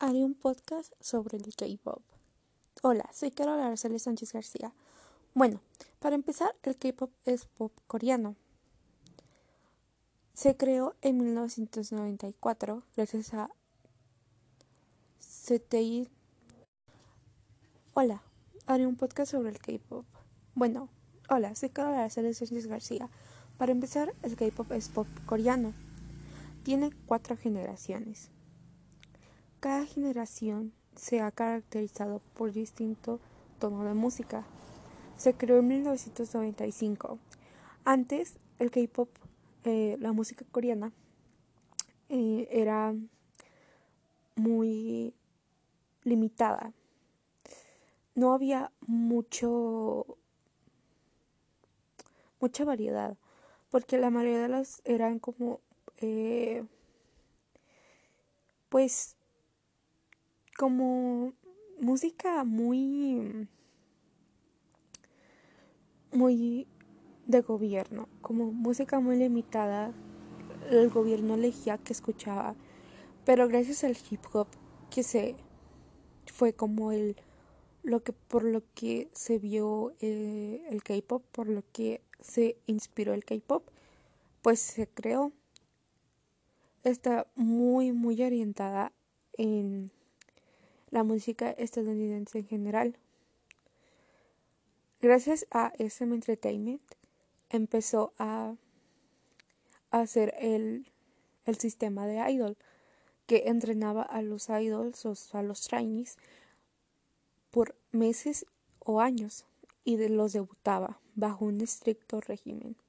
Haré un podcast sobre el K-pop. Hola, soy Carol Araceli Sánchez García. Bueno, para empezar, el K-pop es pop coreano. Se creó en 1994 gracias a CTI. Hola, haré un podcast sobre el K-pop. Bueno, hola, soy Carol Araceli Sánchez García. Para empezar, el K-pop es pop coreano. Tiene 4 generaciones. Cada generación se ha caracterizado por distinto tono de música. Se creó en 1995. Antes, el K-pop, la música coreana, era muy limitada. No había mucha variedad, porque la mayoría de las eran como, pues, como música muy de gobierno, como música muy limitada. El gobierno elegía que escuchaba, pero gracias al hip hop que se fue como por lo que se vio el K-pop, por lo que se inspiró el K-pop, pues se creó. Está muy orientada en la música estadounidense en general. Gracias a SM Entertainment empezó a hacer el sistema de idol, que entrenaba a los idols o a los trainees por meses o años y los debutaba bajo un estricto régimen.